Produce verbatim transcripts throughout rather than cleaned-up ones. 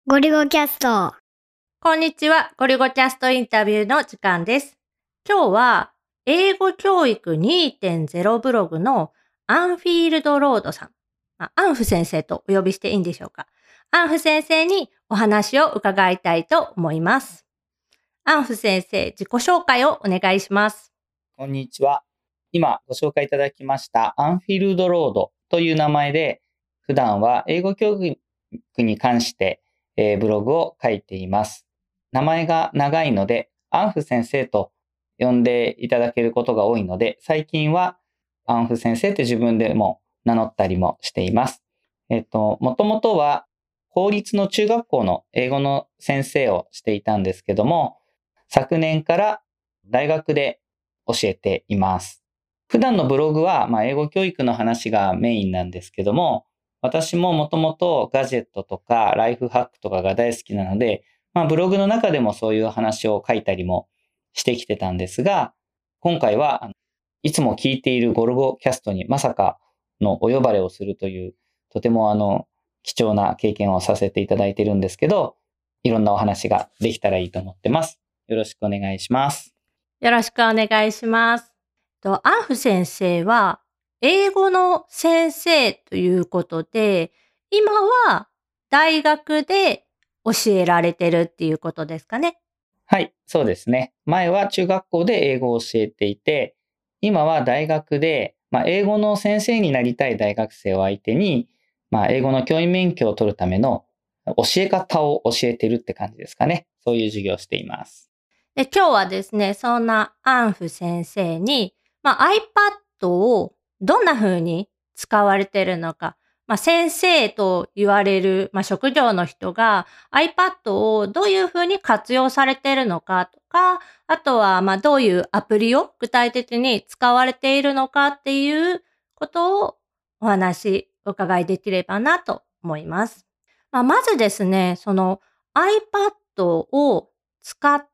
ゴリゴキャスト。 こんにちは。ゴリゴキャストインタビューの時間です。今日は英語教育 にてんゼロ ブログのアンフィールドロードさん、まあ、アンフ先生とお呼びしていいんでしょうか。アンフ先生にお話を伺いたいと思います。アンフ先生、自己紹介をお願いします。 こんにちは。今ご紹介いただきましたアンフィールドロードという名前で、普段は英語教育に関してえー、ブログを書いています。名前が長いので、アンフ先生と呼んでいただけることが多いので、最近はアンフ先生って自分でも名乗ったりもしています。えっと、もともとは公立の中学校の英語の先生をしていたんですけども、昨年から大学で教えています。普段のブログは、まあ、英語教育の話がメインなんですけども、私ももともとガジェットとかライフハックとかが大好きなので、まあ、ブログの中でもそういう話を書いたりもしてきてたんですが、今回はいつも聞いているゴルゴキャストにまさかのお呼ばれをするという、とてもあの貴重な経験をさせていただいているんですけど、いろんなお話ができたらいいと思ってます。よろしくお願いします。 よろしくお願いします。とアンフ先生は英語の先生ということで、今は大学で教えられてるっていうことですかね。 はい、そうですね。前は中学校で英語を教えていて、今は大学で、まあ、英語の先生になりたい大学生を相手に、まあ、英語の教員免許を取るための教え方を教えてるって感じですかね。そういう授業をしています。 で、今日はですね、そんなアンフ先生に、まあ、iPad をどんな風に使われてるのか、まあ、先生と言われる、まあ、職業の人が iPad をどういう風に活用されているのかとか、あとは、まあ、どういうアプリを具体的に使われているのかっていうことをお話、お伺いできればなと思います。まあ、まずですね、その iPad を使って、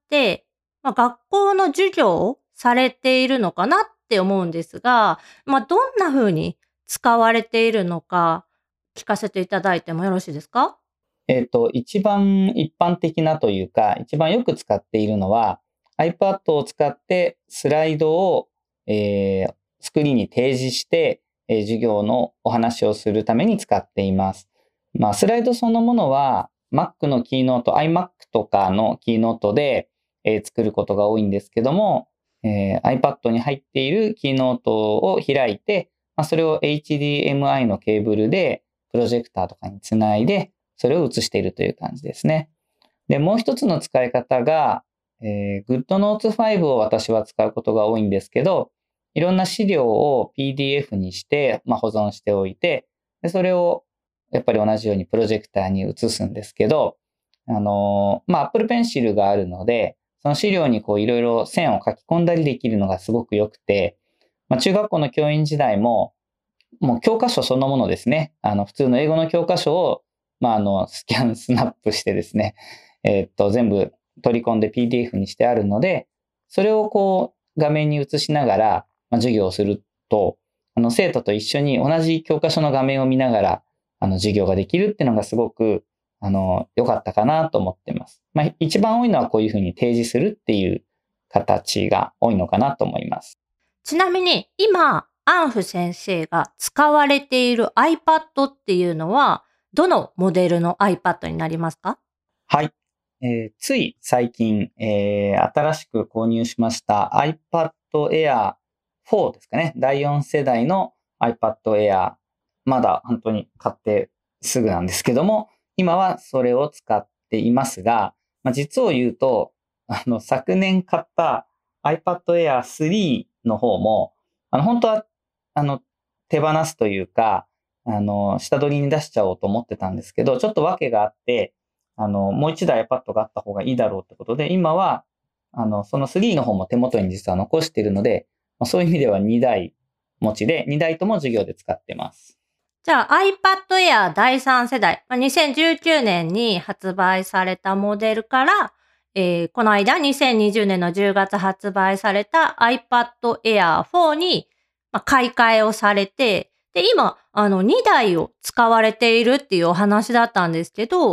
まあ、学校の授業をされているのかなって思うんですが、まあ、どんな風に使われているのか聞かせていただいてもよろしいですか？ えっと、一番一般的なというか、一番よく使っているのは、iPad を使ってスライドを、えースクリーンに提示して、えー授業のお話をするために使っています。まあ、スライドそのものは Mac のキーノート、iMac とかのキーノートで、えー作ることが多いんですけども、えー iPad に入っているキーノートを開いて、まあ、それを エイチディーエムアイ のケーブルでプロジェクターとかにつないで、それを映しているという感じですね。で、もう一つの使い方が、えー、GoodNotes ファイブを私は使うことが多いんですけど、いろんな資料を ピーディーエフ にして、まあ、保存しておいて、でそれをやっぱり同じようにプロジェクターに映すんですけど、あのー、まあ、Apple Pencil があるので、その資料にこういろいろ線を書き込んだりできるのがすごく良くて、まあ、中学校の教員時代も、もう教科書そのものですね。あの、普通の英語の教科書を、まあ、あの、スキャン、スナップしてですね、えーっと、全部取り込んで ピーディーエフ にしてあるので、それをこう、画面に映しながら、まあ、授業をすると、あの、生徒と一緒に同じ教科書の画面を見ながら、あの、授業ができるっていうのがすごく、あの、良かったかなと思っています。まあ、一番多いのはこういうふうに提示するっていう形が多いのかなと思います。 ちなみに今、アンフ先生が使われている iPad っていうのは、どのモデルの iPad になりますか？ はい。えーつい最近、えー新しく購入しました iPad Air フォーですかね。だいよん世代の iPad Air。まだ本当に買ってすぐなんですけども、今はそれを使っていますが、まあ、実を言うと、あの、昨年買った iPad Air スリーの方も、あの、本当は、あの、手放すというか、あの、下取りに出しちゃおうと思ってたんですけど、ちょっと訳があって、あの、もう一台 iPad があった方がいいだろうってことで、今は、あの、そのスリーの方も手元に実は残しているので、まあ、そういう意味ではにだい持ちで、にだいとも授業で使ってます。 じゃあ iPad Air だいさん世代、まあ、にせんじゅうきゅうねんに発売されたモデルから、えーこの間にせんにじゅうねんのじゅうがつ発売された iPad Air フォーに、まあ、買い替えをされて、で、今、あの、にだいを使われているっていうお話だったんですけど、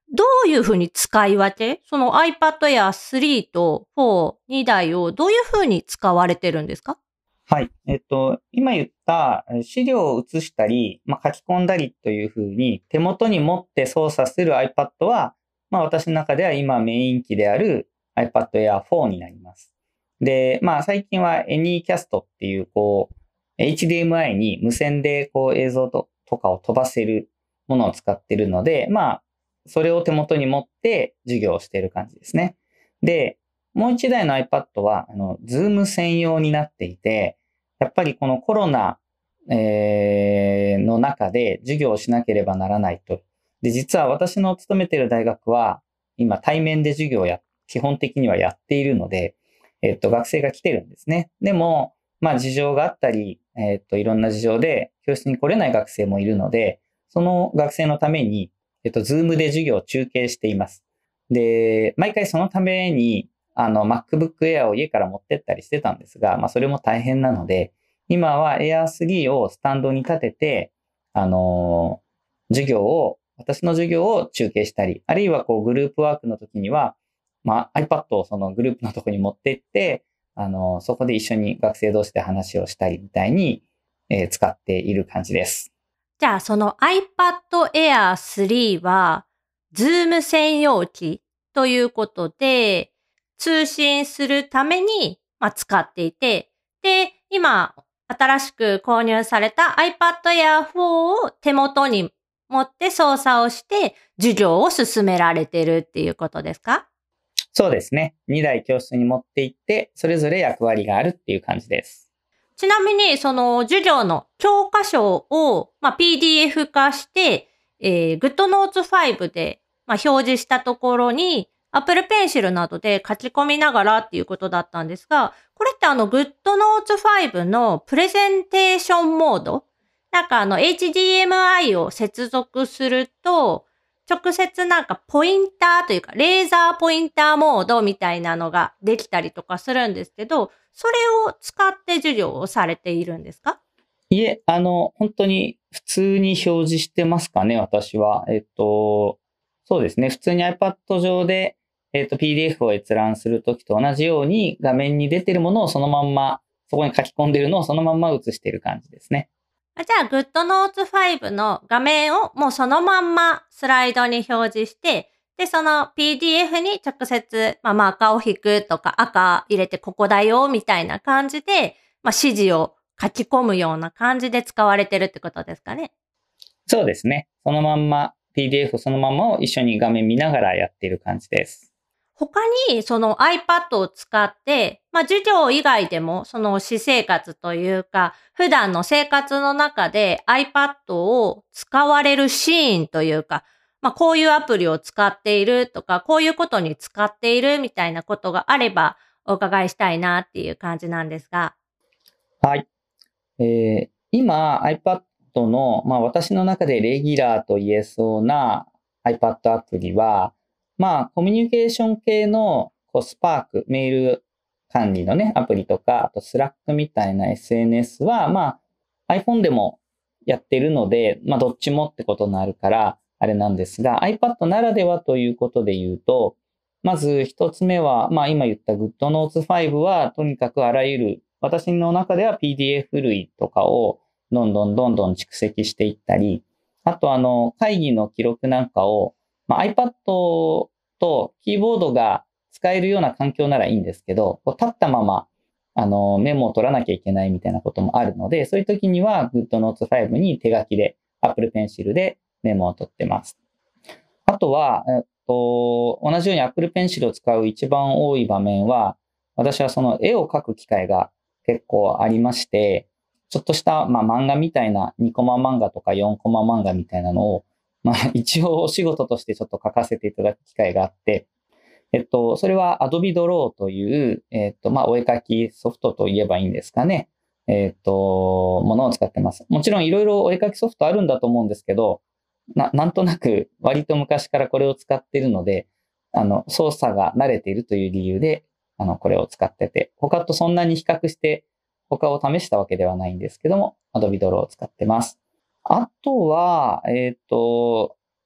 どういうふうに使い分けその iPad Air スリーとフォー、にだいをどういうふうに使われてるんですか？ はい。えっと、今言ったえー資料を写したり、まあ、書き込んだりというふうに手元に持って操作する iPad は、まあ、私の中では今メイン機である iPad Air フォーになります。で、まあ、最近は Anycast っていう、こう、エイチディーエムアイ に無線でこう映像ととかを飛ばせるものを使っているので、まあ、それを手元に持って授業をしている感じですね。で、もう一台の iPad は、あの、Zoom 専用になっていて、やっぱりこのコロナ、えーの中で授業をしなければならないと。で、実は私の勤めている大学は、今対面で授業をや、基本的にはやっているので、えっと、学生が来てるんですね。でも、まあ事情があったり、えっと、いろんな事情で教室に来れない学生もいるので、その学生のために、えっと、ズームで授業を中継しています。で、毎回そのために、あの、MacBook Air を家から持ってったりしてたんですが、まあそれも大変なので、今は Air スリーをスタンドに立てて、あのー授業を、私の授業を中継したり、あるいはこうグループワークの時には、まあ iPad をそのグループのところに持ってって、あのーそこで一緒に学生同士で話をしたりみたいに、えー使っている感じです。 じゃあ、その iPad Air スリーは、Zoom 専用機ということで、通信するために、まあ、使っていて、で、今、新しく購入された iPad Air フォーを手元に持って操作をして、授業を進められてるっていうことですか？ そうですね。にだい教室に持って行って、それぞれ役割があるっていう感じです。 ちなみに、その授業の教科書を、まあ、ピーディーエフ 化して、えー、GoodNotes ファイブで、まあ、表示したところに、Apple Pencil などで書き込みながらっていうことだったんですが、これってあの GoodNotes ファイブのプレゼンテーションモードなんかあの エイチディーエムアイ を接続すると、直接なんかポインターというか、レーザーポインターモードみたいなのができたりとかするんですけど、それを使って授業をされているんですか？ いえ、あの、本当に普通に表示してますかね、私は。えっと、そうですね。普通に iPad 上で、えっと、ピーディーエフ を閲覧するときと同じように画面に出てるものをそのまんま、そこに書き込んでるのをそのまんま映している感じですね。 あじゃあ GoodNotes ファイブの画面をもうそのまんまスライドに表示して、で、その ピーディーエフ に直接、まあ、マーカーを引くとか赤入れてここだよみたいな感じで、まあ、指示を書き込むような感じで使われてるってことですかね。 そうですね。そのまんま、ピーディーエフ そのままを一緒に画面見ながらやっている感じです。 他にその iPad を使って、まあ、授業以外でもその私生活というか、普段の生活の中で iPad を使われるシーンというか、まあ、こういうアプリを使っているとか、こういうことに使っているみたいなことがあればお伺いしたいなっていう感じなんですが。 はい。えー今 iPad の、まあ私の中でレギュラーと言えそうな iPad アプリは、まあコミュニケーション系のこうスパーク、メール管理のね、アプリとか、あと Slack みたいな エスエヌエス は、まあ iPhone でもやってるので、まあどっちもってことになるから、あれなんですが、iPad ならではということで言うと、まず一つ目は、まあ今言った GoodNotes ファイブは、とにかくあらゆる、私の中では ピーディーエフ 類とかをどんどんどんどん蓄積していったり、あとあの、会議の記録なんかを、まあ、iPad とキーボードが使えるような環境ならいいんですけど、こう立ったまま、あの、メモを取らなきゃいけないみたいなこともあるので、そういう時には GoodNotes ファイブに手書きで Apple Pencil でメモを取ってます。あとは、えっと、同じように Apple Pencil を使う一番多い場面は、私はその絵を描く機会が結構ありまして、ちょっとした、まあ、漫画みたいなにコマ漫画とかよんコマ漫画みたいなのを、まあ、一応お仕事としてちょっと書かせていただく機会があって、えっと、それは Adobe Draw という、えっと、まあ、お絵描きソフトと言えばいいんですかね。えっと、ものを使ってます。もちろんいろいろお絵描きソフトあるんだと思うんですけど、な、なんとなく割と昔からこれを使っているので、あの、操作が慣れているという理由で、あの、これを使ってて、他とそんなに比較して他を試したわけではないんですけども、Adobe Draw を使ってます。あとは、えっと、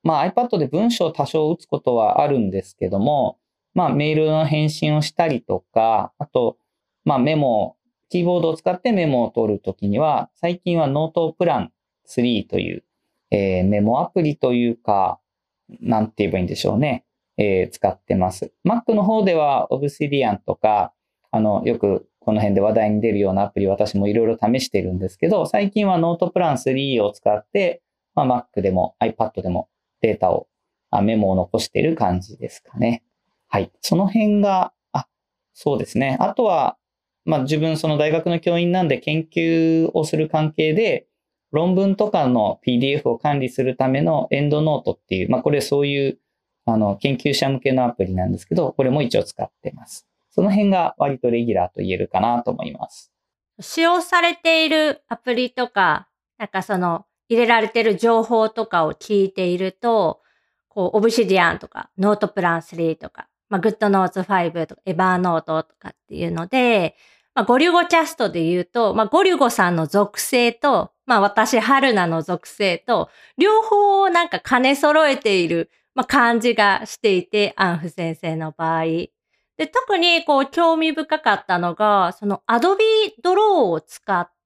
まあ iPad で文章を多少打つことはあるんですけども、まあメールの返信をしたりとか、あと、まあメモ、キーボードを使ってメモを取るときには、最近はノートプランスリーという、えーメモアプリというか、なんて言えばいいんでしょうね。えー使ってます。Mac の方では Obsidian とか、あの、よくこの辺で話題に出るようなアプリ私もいろいろ試してるんですけど、最近はノートプランスリーを使って、まあ、Mac でも iPad でもデータを、あメモを残している感じですかね。はい。その辺が、あ、そうですね。あとは、まあ自分その大学の教員なんで研究をする関係で、論文とかの ピーディーエフ を管理するためのエンドノートっていう、まあこれそういうあの研究者向けのアプリなんですけど、これも一応使ってます。その辺が割とレギュラーと言えるかなと思います。 使用されているアプリとか、なんかその入れられている情報とかを聞いていると、こう、オブシディアンとか、ノートプランスリーとか、まあ、グッドノーツファイブとか、エバーノートとかっていうので、まあ、ゴリュゴキャストで言うと、まあ、ゴリュゴさんの属性と、まあ、私、春菜の属性と、両方をなんか兼ね揃えている、まあ、感じがしていて、アンフ先生の場合。で、特にこう、興味深かったのが、その Adobe Draw を使って、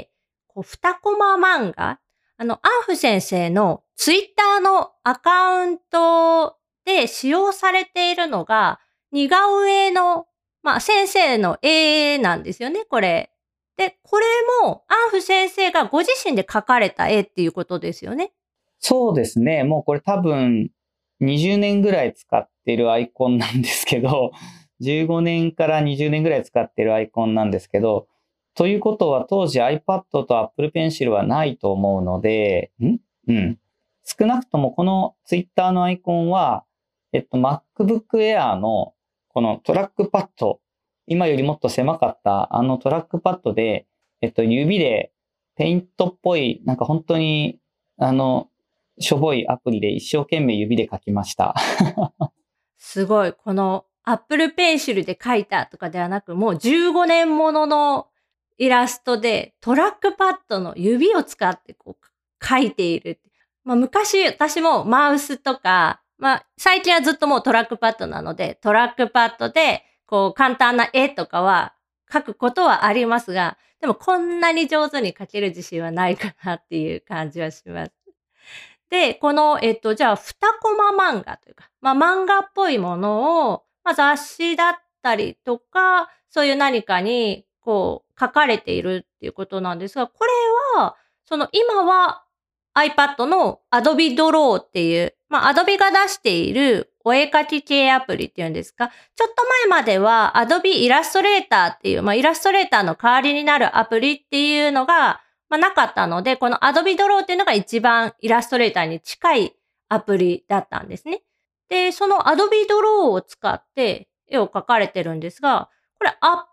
こう、にコマ漫画、あの、アンフ先生のツイッターのアカウントで使用されているのが、似顔絵の、まあ、先生の絵なんですよね、これ。で、これも、アンフ先生がご自身で描かれた絵っていうことですよね。 そうですね。もうこれ多分にじゅうねんぐらい使ってるアイコンなんですけど、じゅうごねんからにじゅうねんぐらい使ってるアイコンなんですけど、ということは当時 iPad と Apple Pencil はないと思うので、んうん。少なくともこの Twitter のアイコンは、えっと MacBook Air のこのトラックパッド、今よりもっと狭かったあのトラックパッドで、えっと指でペイントっぽい、なんか本当にあの、しょぼいアプリで一生懸命指で書きました。 すごい。この Apple Pencil で描いたとかではなく、もうじゅうごねんもののイラストでトラックパッドの指を使ってこう描いている。まあ、昔私もマウスとか、まあ、最近はずっともうトラックパッドなので、トラックパッドでこう簡単な絵とかは描くことはありますが、でもこんなに上手に描ける自信はないかなっていう感じはします。で、この、えっと、じゃあ、にコマ漫画というか、まあ、漫画っぽいものを、まあ、雑誌だったりとか、そういう何かに、こう、書かれているっていうことなんですが、これは、その、今は iPad の Adobe Draw っていう、まあ、Adobe が出しているお絵描き系アプリっていうんですか、ちょっと前までは Adobe Illustrator っていう、まあ、イラストレーターの代わりになるアプリっていうのが、まあ、なかったので、この Adobe Draw っていうのが一番イラストレーターに近いアプリだったんですね。で、その Adobe Draw を使って絵を描かれてるんですが、これ Apple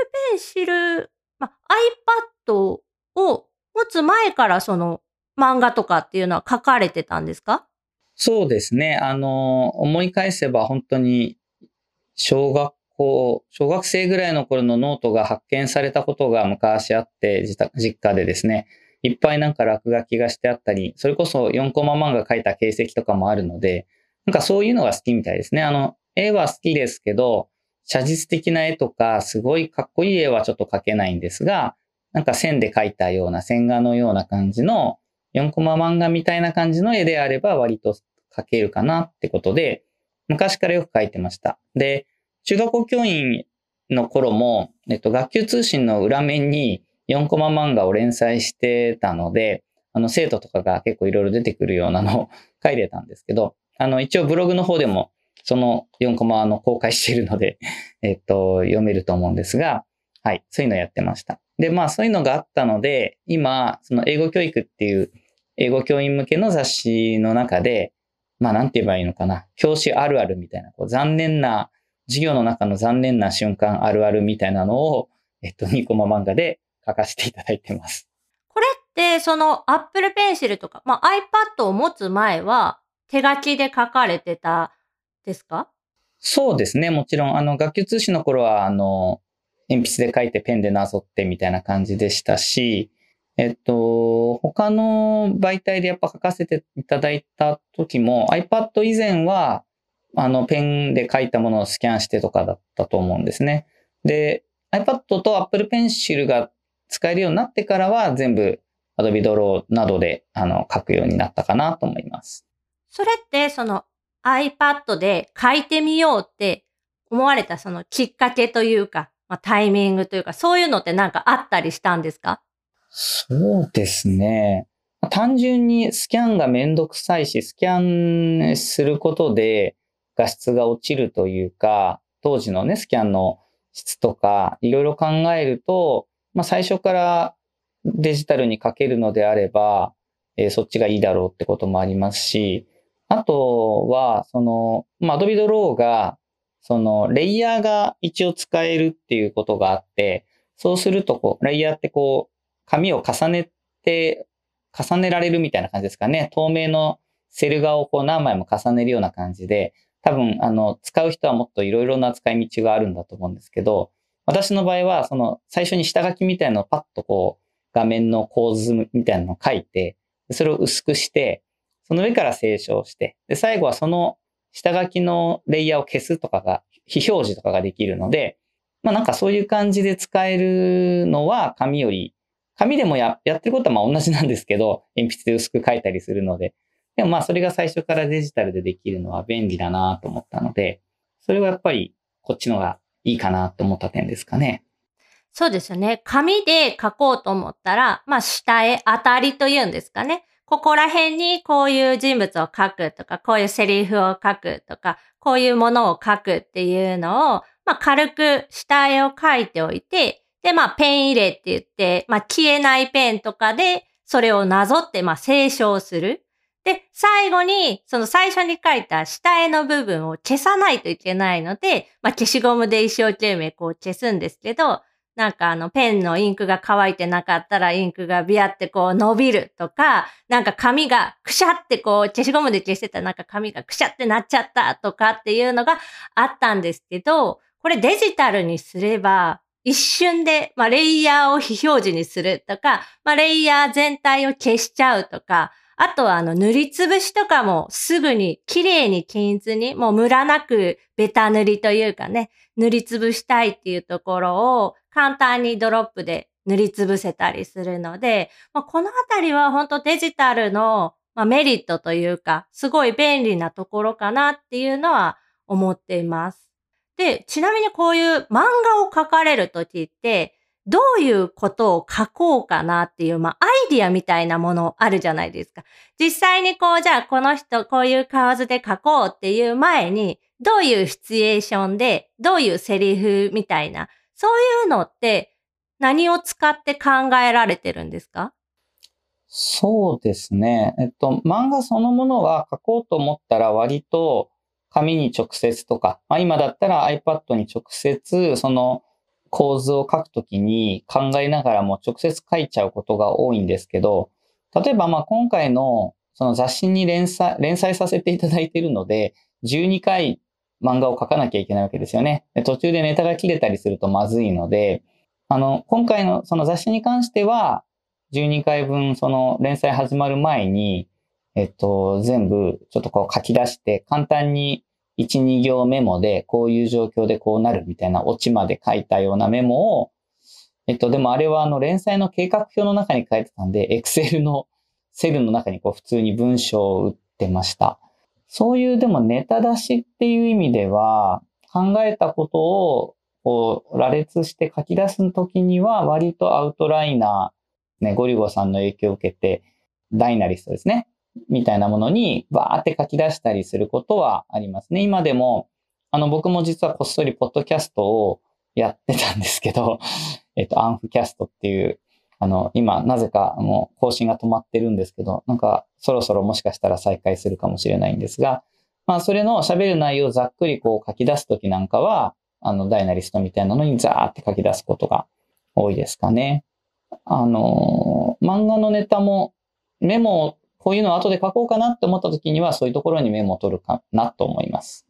Pencil、まあ、iPad を持つ前からその漫画とかっていうのは描かれてたんですか？ そうですね。あの、思い返せば本当に小学校、小学生ぐらいの頃のノートが発見されたことが昔あって、自宅実家でですね、いっぱいなんか落書きがしてあったり、それこそよんコマ漫画描いた形跡とかもあるので、なんかそういうのが好きみたいですね。あの、絵は好きですけど、写実的な絵とか、すごいかっこいい絵はちょっと描けないんですが、なんか線で描いたような、線画のような感じの、よんコマ漫画みたいな感じの絵であれば割と描けるかなってことで、昔からよく描いてました。で、中学校教員の頃も、えっと、学級通信の裏面によんコマ漫画を連載してたので、あの、生徒とかが結構いろいろ出てくるようなのを書いてたんですけど、あの、一応ブログの方でもそのよんコマの公開しているので、えっと、読めると思うんですが、はい、そういうのやってました。で、まあそういうのがあったので、今、その英語教育っていう英語教員向けの雑誌の中で、まあなんて言えばいいのかな、教師あるあるみたいな、こう残念な、授業の中の残念な瞬間あるあるみたいなのを、えっと、にコマ漫画で書かせていただいてます。 これってその Apple Pencil とか、まあ、iPad を持つ前は手書きで書かれてたですか？ そうですね。もちろん、あの、学級通信の頃は、あの、鉛筆で書いてペンでなぞってみたいな感じでしたし、 えっと、他の媒体でやっぱ書かせていただいた時も iPad 以前は、あの、ペンで書いたものをスキャンしてとかだったと思うんですね。で、iPad と Apple Pencil が使えるようになってからは全部 Adobe Draw などであの書くようになったかなと思います。 それってその iPad で書いてみようって思われたそのきっかけというか、まあ、タイミングというか、そういうのってなんかあったりしたんですか？ そうですね。単純にスキャンがめんどくさいし、スキャンすることで画質が落ちるというか、当時のね、スキャンの質とか、いろいろ考えると、まあ最初からデジタルに書けるのであれば、えーそっちがいいだろうってこともありますし、あとは、その、まあ Adobe Draw が、その、レイヤーが一応使えるっていうことがあって、そうすると、こう、レイヤーってこう、紙を重ねて、重ねられるみたいな感じですかね。透明のセル画をこう何枚も重ねるような感じで、多分、あの、使う人はもっといろいろな使い道があるんだと思うんですけど、私の場合は、その、最初に下書きみたいなのをパッとこう、画面の構図みたいなのを書いて、それを薄くして、その上から清書して、で、最後はその下書きのレイヤーを消すとかが、非表示とかができるので、まあなんかそういう感じで使えるのは紙より紙でもや、やってることはまあ同じなんですけど、鉛筆で薄く書いたりするので。でもまあそれが最初からデジタルでできるのは便利だなと思ったので、それはやっぱりこっちのがいいかなと思った点ですかね。 そうですよね。紙で書こうと思ったら、まあ、下絵当たりというんですかね。ここら辺にこういう人物を書くとか、こういうセリフを書くとか、こういうものを書くっていうのを、まあ、軽く下絵を書いておいて、で、まあ、ペン入れって言って、まあ、消えないペンとかで、それをなぞって、まあ、清書する。で、最後に、その最初に書いた下絵の部分を消さないといけないので、まあ、消しゴムで一生懸命こう消すんですけど、なんかあのペンのインクが乾いてなかったらインクがビヤってこう伸びるとか、なんか紙がくしゃってこう消しゴムで消してたらなんか紙がくしゃってなっちゃったとかっていうのがあったんですけど、これデジタルにすれば一瞬で、まあ、レイヤーを非表示にするとか、まあ、レイヤー全体を消しちゃうとか、あとはあの塗りつぶしとかもすぐに綺麗に均一にもうムラなくベタ塗りというかね、塗りつぶしたいっていうところを簡単にドロップで塗りつぶせたりするので、まあ、このあたりは本当デジタルの、まあ、メリットというか、すごい便利なところかなっていうのは思っています。で、ちなみにこういう漫画を描かれるときって、どういうことを書こうかなっていう、まあ、アイディアみたいなものあるじゃないですか。実際にこう、じゃあこの人こういう構図で書こうっていう前に、どういうシチュエーションで、どういうセリフみたいな、そういうのって何を使って考えられてるんですか？ そうですね。えっと、漫画そのものは書こうと思ったら割と紙に直接とか、まあ、今だったら iPad に直接その構図を書くときに考えながらも直接書いちゃうことが多いんですけど、例えばまあ今回のその雑誌に連載、連載させていただいているので、じゅうにかい漫画を書かなきゃいけないわけですよね。で途中でネタが切れたりするとまずいので、あの、今回のその雑誌に関しては、じゅうにかいぶん、その連載始まる前に、えっと、全部ちょっとこう書き出して、簡単にいち、に行メモで、こういう状況でこうなるみたいなオチまで書いたようなメモを、えっと、でもあれはあの連載の計画表の中に書いてたんで、Excel のセルの中にこう普通に文章を打ってました。そういうでもネタ出しっていう意味では、考えたことをこう羅列して書き出すときには割とアウトライナー、ね、ゴリゴさんの影響を受けて、ダイナリストですね。みたいなものにバーって書き出したりすることはありますね。今でも、あの僕も実はこっそりポッドキャストをやってたんですけど、えっと、アンフキャストっていう、あの、今、なぜかもう更新が止まってるんですけど、なんか、そろそろもしかしたら再開するかもしれないんですが、まあ、それの喋る内容をざっくりこう書き出すときなんかは、あの、ダイナリストみたいなのにザーって書き出すことが多いですかね。あの、漫画のネタもメモを、こういうのを後で書こうかなって思ったときには、そういうところにメモを取るかなと思います。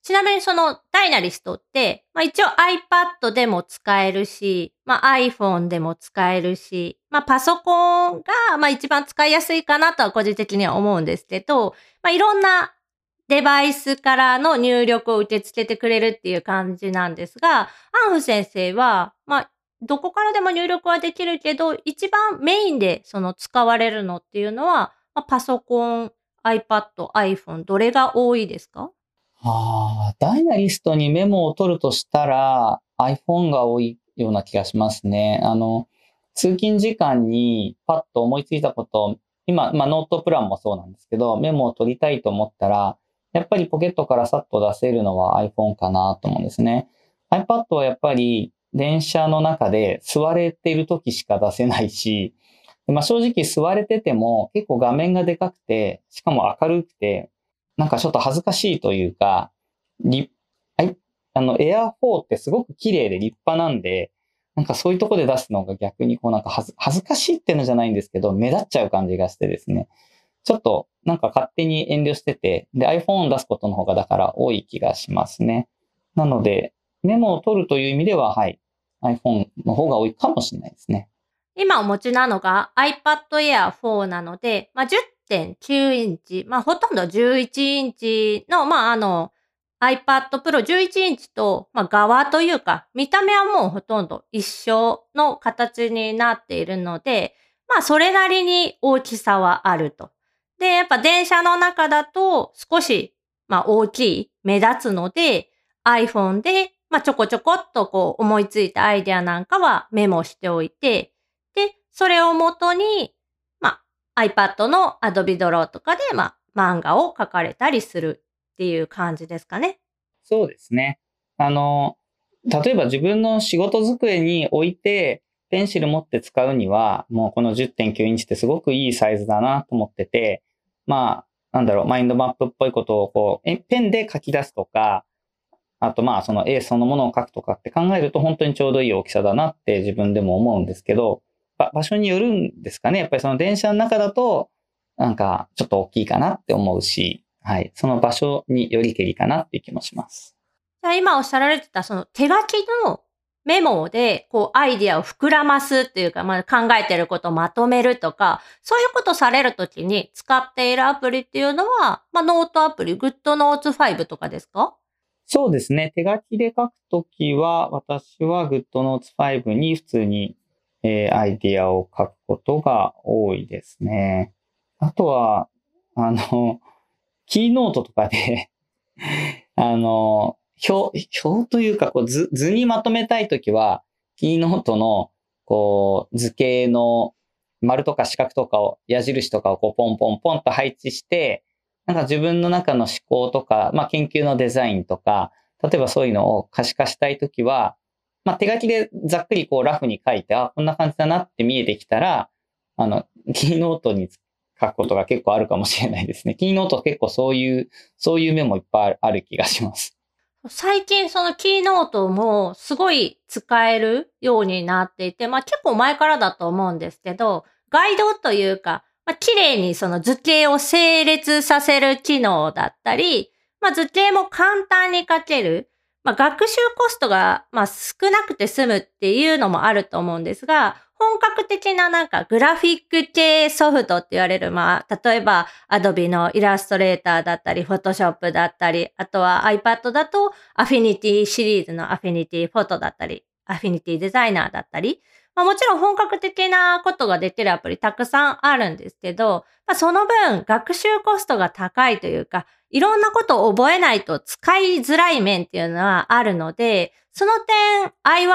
ちなみにそのダイナリストって、まあ一応 iPad でも使えるし、まあ iPhone でも使えるし、まあパソコンがまあ一番使いやすいかなとは個人的には思うんですけど、まあいろんなデバイスからの入力を受け付けてくれるっていう感じなんですが、アンフ先生は、まあどこからでも入力はできるけど、一番メインでその使われるのっていうのは、まあ、パソコン、iPad、iPhone どれが多いですか？ ああ、ダイナリストにメモを取るとしたら iPhone が多いような気がしますね。あの、通勤時間にパッと思いついたことを、今、まあノートプランもそうなんですけど、メモを取りたいと思ったら、やっぱりポケットからさっと出せるのは iPhone かなと思うんですね。iPad はやっぱり電車の中で座れている時しか出せないし、まあ正直座れてても結構画面がでかくて、しかも明るくて、なんかちょっと恥ずかしいというか、りあいあの、エアフォーってすごく綺麗で立派なんで、なんかそういうとこで出すのが逆にこうなんか恥ず恥ずかしいっていうのじゃないんですけど、目立っちゃう感じがしてですね。ちょっとなんか勝手に遠慮してて、で iPhone を出すことの方がだから多い気がしますね。なので、メモを取るという意味では、はい、iPhone の方が多いかもしれないですね。 今お持ちなのが iPad Air フォーなので、まあ、じゅってんきゅうインチ、まあ、ほとんどじゅういちインチの、まあ、あの、iPad Pro じゅういちインチと、まあ、側というか、見た目はもうほとんど一緒の形になっているので、まあ、それなりに大きさはあると。で、やっぱ電車の中だと少し、まあ、大きい、目立つので、iPhone で、まあ、ちょこちょこっとこう思いついたアイデアなんかはメモしておいて、で、それをもとに、まあ、iPad の Adobe Draw とかで、まあ、漫画を描かれたりするっていう感じですかね。 そうですね。あの、例えば自分の仕事机に置いて、ペンシル持って使うには、もうこのじゅってんきゅうインチってすごくいいサイズだなと思ってて、まあ、なんだろう、マインドマップっぽいことをこう、えペンで書き出すとか、あとまあその絵そのものを書くとかって考えると本当にちょうどいい大きさだなって自分でも思うんですけど、ば場所によるんですかね。やっぱりその電車の中だと、なんかちょっと大きいかなって思うし、はい。その場所によりけりかなっていう気もします。 じゃあ今おっしゃられてたその手書きのメモでこうアイディアを膨らますっていうか、まあ、考えてることをまとめるとか、そういうことされるときに使っているアプリっていうのは、まあ、ノートアプリ、GoodNotes ファイブとかですか？ そうですね。手書きで書くときは、私は GoodNotes ファイブに普通に、えーアイディアを書くことが多いですね。あとは、あの、キーノートとかであの、表、表というか、こう図、図にまとめたいときは、キーノートの、こう、図形の丸とか四角とかを、矢印とかをこう、ポンポンポンと配置して、なんか自分の中の思考とか、まあ研究のデザインとか、例えばそういうのを可視化したいときは、まあ手書きでざっくりこうラフに書いて、あ、こんな感じだなって見えてきたら、あの、キーノートに書くことが結構あるかもしれないですね。キーノート結構そういう、そういうメモいっぱいある気がします。 最近そのキーノートもすごい使えるようになっていて、まあ結構前からだと思うんですけど、ガイドというか、まあ綺麗にその図形を整列させる機能だったり、まあ図形も簡単に書ける。まあ学習コストがまあ少なくて済むっていうのもあると思うんですが、本格的ななんかグラフィック系ソフトって言われる、まあ例えば Adobe のイラストレーターだったり、Photoshop だったり、あとは iPad だと Affinity シリーズの Affinity フォトだったり、Affinity デザイナーだったり、まあもちろん本格的なことができるアプリたくさんあるんですけど、まあその分学習コストが高いというか、いろんなことを覚えないと使いづらい面っていうのはあるので、その点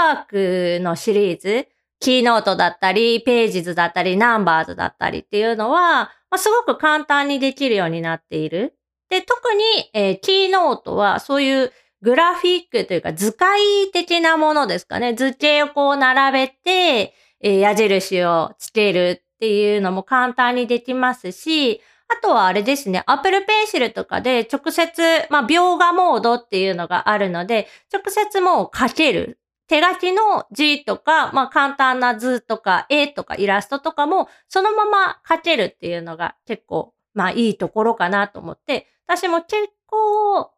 iWork のシリーズ、キーノートだったり、ページズだったり、ナンバーズだったりっていうのは、まあ、すごく簡単にできるようになっている。で、特に、えーキーノートはそういうグラフィックというか図解的なものですかね。図形をこう並べて、えー矢印をつけるっていうのも簡単にできますし、あとはあれですね、Apple Pencil とかで直接、まあ、描画モードっていうのがあるので、直接もう書ける。手書きの字とか、まあ簡単な図とか絵とかイラストとかもそのまま書けるっていうのが結構まあいいところかなと思って、私も結構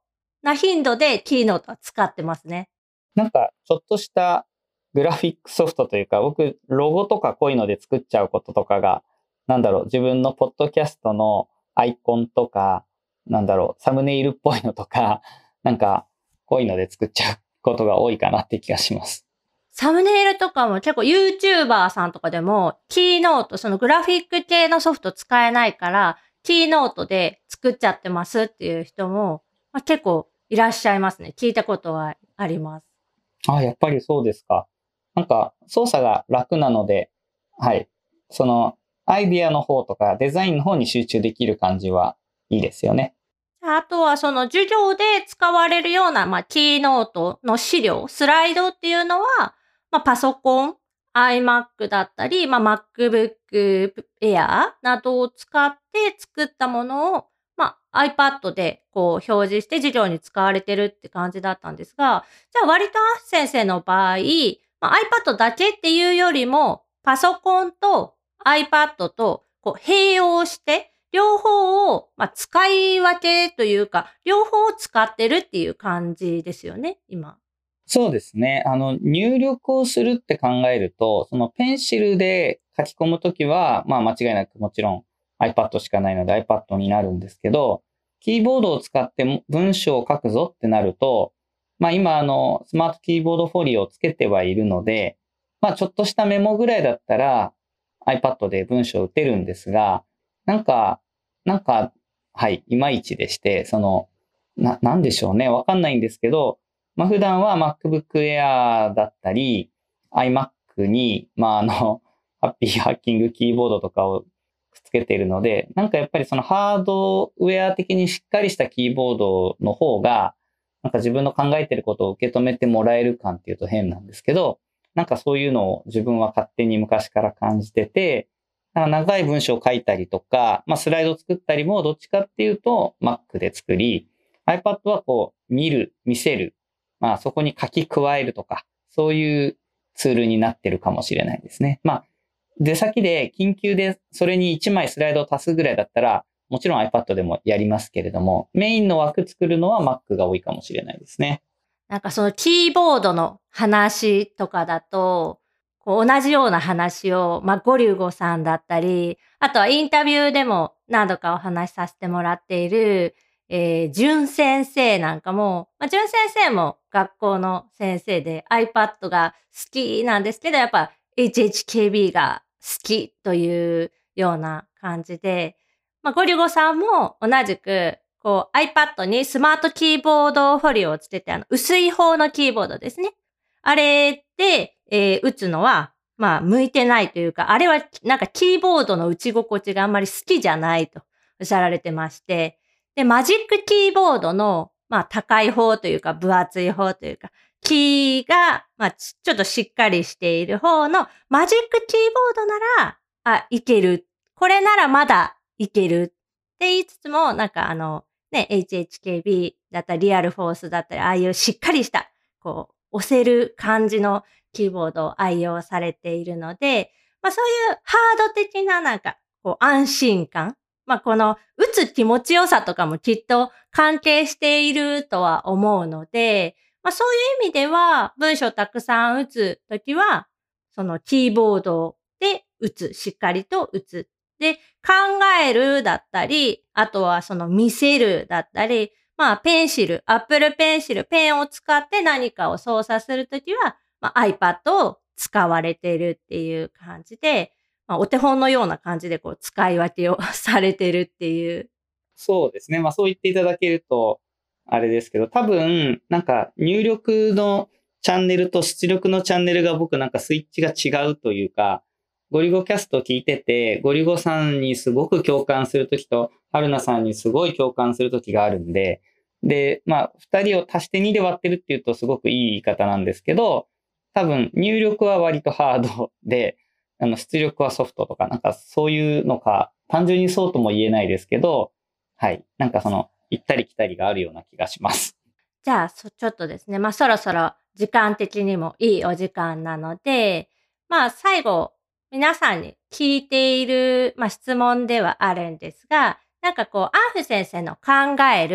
な頻度でキーノートは使ってますね。 なんか、ちょっとしたグラフィックソフトというか、僕、ロゴとかこういうので作っちゃうこととかが、なんだろう、自分のポッドキャストのアイコンとか、なんだろう、サムネイルっぽいのとか、なんか、こういうので作っちゃうことが多いかなって気がします。 サムネイルとかも結構 YouTuber さんとかでも、キーノート、そのグラフィック系のソフト使えないから、キーノートで作っちゃってますっていう人も、まあ、結構いらっしゃいますね。聞いたことはあります。 あ、やっぱりそうですか。なんか、操作が楽なので、はい。その、アイディアの方とかデザインの方に集中できる感じはいいですよね。 あとはその授業で使われるような、まあ、キーノートの資料、スライドっていうのは、まあ、パソコン、iMac だったり、まあ、MacBook Air などを使って作ったものを、まあ、iPad でこう表示して授業に使われてるって感じだったんですが、じゃあ割とアフ先生の場合、まあ、iPad だけっていうよりも、パソコンと iPad とこう併用して両方を、まあ、使い分けというか、両方を使ってるっていう感じですよね、今。 そうですね。あの、入力をするって考えると、そのペンシルで書き込むときは、まあ間違いなくもちろん iPad しかないので iPad になるんですけど、キーボードを使って文章を書くぞってなると、まあ今あの、スマートキーボードフォリオをつけてはいるので、まあちょっとしたメモぐらいだったら iPad で文章を打てるんですが、なんか、なんか、はい、いまいちでして、その、な、なんでしょうね。わかんないんですけど、まあ、普段は MacBook Air だったり、iMac に、まあ、あの、ハッピーハッキングキーボードとかをくっつけているので、なんかやっぱりそのハードウェア的にしっかりしたキーボードの方が、なんか自分の考えてることを受け止めてもらえる感っていうと変なんですけど、なんかそういうのを自分は勝手に昔から感じてて、なんか長い文章を書いたりとか、まあスライドを作ったりもどっちかっていうと Mac で作り、iPad はこう見る、見せる、まあそこに書き加えるとか、そういうツールになってるかもしれないですね。まあ、出先で緊急でそれにいちまいスライドを足すぐらいだったら、もちろん iPad でもやりますけれども、メインの枠作るのは Mac が多いかもしれないですね。 なんかそのキーボードの話とかだと、こう同じような話を、まあ、ゴリュゴさんだったり、あとはインタビューでも何度かお話しさせてもらっている、えー、淳先生なんかも、まあ、淳先生も学校の先生で iPad が好きなんですけど、やっぱ エイチエイチケービー が好きというような感じで、まあ、ゴリュゴさんも同じく、こう iPad にスマートキーボードフォリオをつけて、あの、薄い方のキーボードですね。あれで、えー打つのは、まあ、向いてないというか、あれはなんかキーボードの打ち心地があんまり好きじゃないとおっしゃられてまして、で、マジックキーボードの、まあ、高い方というか、分厚い方というか、キーが、まあ、ちちょっとしっかりしている方のマジックキーボードなら、あ、いける。これならまだいけるって言いつつも、なんかあの、ね、エイチエイチケービー だったり、リアルフォースだったり、ああいうしっかりした、こう、押せる感じのキーボードを愛用されているので、まあそういうハード的ななんか、こう、安心感。まあこの、打つ気持ちよさとかもきっと関係しているとは思うので、まあそういう意味では、文章たくさん打つときは、そのキーボードで打つ、しっかりと打つ。で、考えるだったり、あとはその見せるだったり、まあペンシル、Apple Pencil、ペンを使って何かを操作するときは、まあ、iPad を使われてるっていう感じで、まあ、お手本のような感じでこう使い分けをされてるっていう。 そうですね。まあそう言っていただけると、あれですけど、多分、なんか入力のチャンネルと出力のチャンネルが僕なんかスイッチが違うというか、ゴリゴキャスト聞いてて、ゴリゴさんにすごく共感するときと、春菜さんにすごい共感するときがあるんで、で、まあ、二人を足してにで割ってるっていうとすごくいい言い方なんですけど、多分入力は割とハードで、あの、出力はソフトとか、なんかそういうのか、単純にそうとも言えないですけど、はい。なんかその、行ったり来たりがあるような気がします。 じゃあ、そちょっとですね、まあそろそろ時間的にもいいお時間なので、まあ最後、皆さんに聞いている、まあ質問ではあるんですが、なんかこう、アンフ先生の考える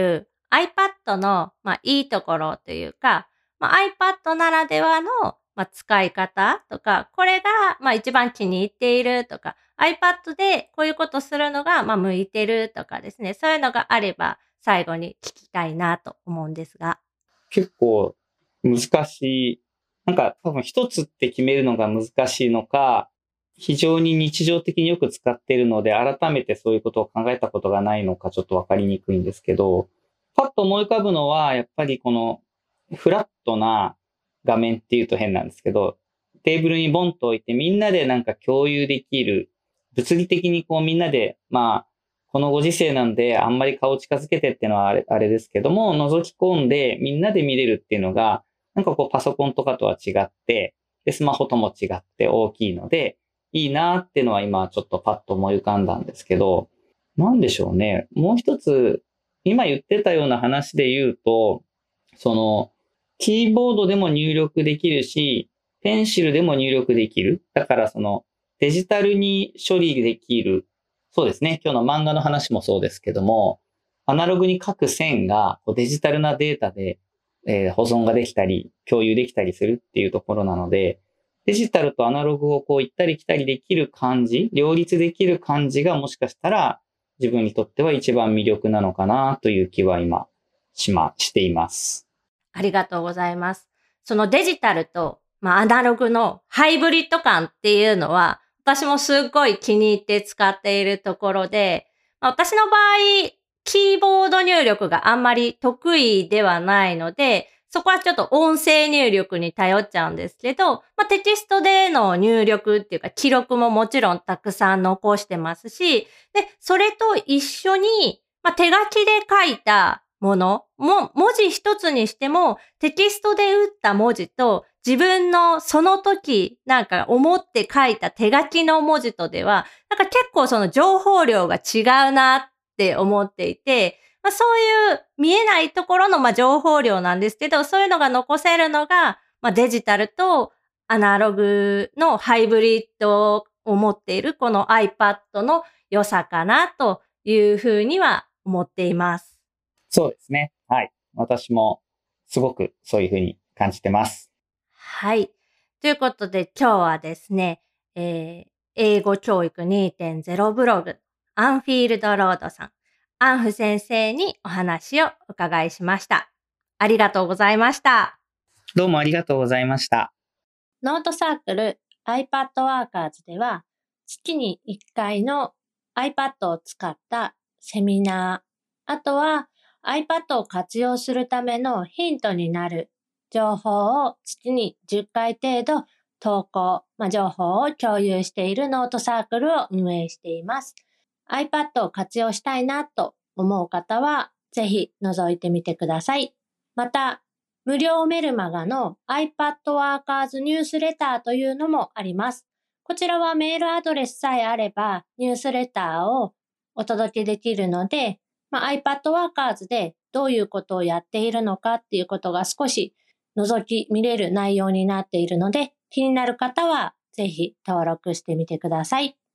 iPad の、まあ、いいところというか、まあ、iPad ならではの、まあ、使い方とか、これが、まあ、一番気に入っているとか、iPad でこういうことするのが、まあ、向いてるとかですね、そういうのがあれば、最後に聞きたいなと思うんですが。 結構難しい。なんか多分一つって決めるのが難しいのか、非常に日常的によく使っているので、改めてそういうことを考えたことがないのかちょっとわかりにくいんですけど、パッと思い浮かぶのは、やっぱりこのフラットな画面っていうと変なんですけど、テーブルにボンと置いてみんなでなんか共有できる、物理的にこうみんなで、まあ、このご時世なんであんまり顔近づけてっていうのはあれあれですけども、覗き込んでみんなで見れるっていうのが、なんかこうパソコンとかとは違って、で、スマホとも違って大きいので、いいなっていうのは今ちょっとパッと思い浮かんだんですけど、なんでしょうね。もう一つ、今言ってたような話で言うと、その、キーボードでも入力できるし、ペンシルでも入力できる。だからその、デジタルに処理できる。そうですね。今日の漫画の話もそうですけども、アナログに書く線がこうデジタルなデータで、えー保存ができたり、共有できたりするっていうところなので、デジタルとアナログをこう行ったり来たりできる感じ、両立できる感じがもしかしたら自分にとっては一番魅力なのかなという気は今しま、しています。 ありがとうございます。そのデジタルと、まあ、アナログのハイブリッド感っていうのは、私もすっごい気に入って使っているところで、まあ、私の場合、キーボード入力があんまり得意ではないので、そこはちょっと音声入力に頼っちゃうんですけど、まあ、テキストでの入力っていうか記録ももちろんたくさん残してますし、で、それと一緒に、まあ、手書きで書いたものも、文字一つにしても、テキストで打った文字と、自分のその時、なんか思って書いた手書きの文字とでは、なんか結構その情報量が違うなって思っていて、まあ、そういう見えないところのまあ情報量なんですけど、そういうのが残せるのが、まあ、デジタルとアナログのハイブリッドを持っているこの iPad の良さかなというふうには思っています。 そうですね。はい。私もすごくそういうふうに感じてます。 はい。ということで今日はですね、えー英語教育 にてんゼロ ブログ、アンフィールドロードさん、アンフ先生にお話をお伺いしました。ありがとうございました。 どうもありがとうございました。 ノートサークル iPad Workers では月にいっかいの iPad を使ったセミナー、あとは iPad を活用するためのヒントになる情報を月にじゅっかい程度投稿、まあ、情報を共有しているノートサークルを運営しています。iPad を活用したいなと思う方はぜひ覗いてみてください。また、無料メルマガの iPad Workers ニュースレターというのもあります。こちらはメールアドレスさえあればニュースレターをお届けできるので、まあ、iPad Workers でどういうことをやっているのかっていうことが少し覗き見れる内容になっているので、気になる方はぜひ登録してみてください。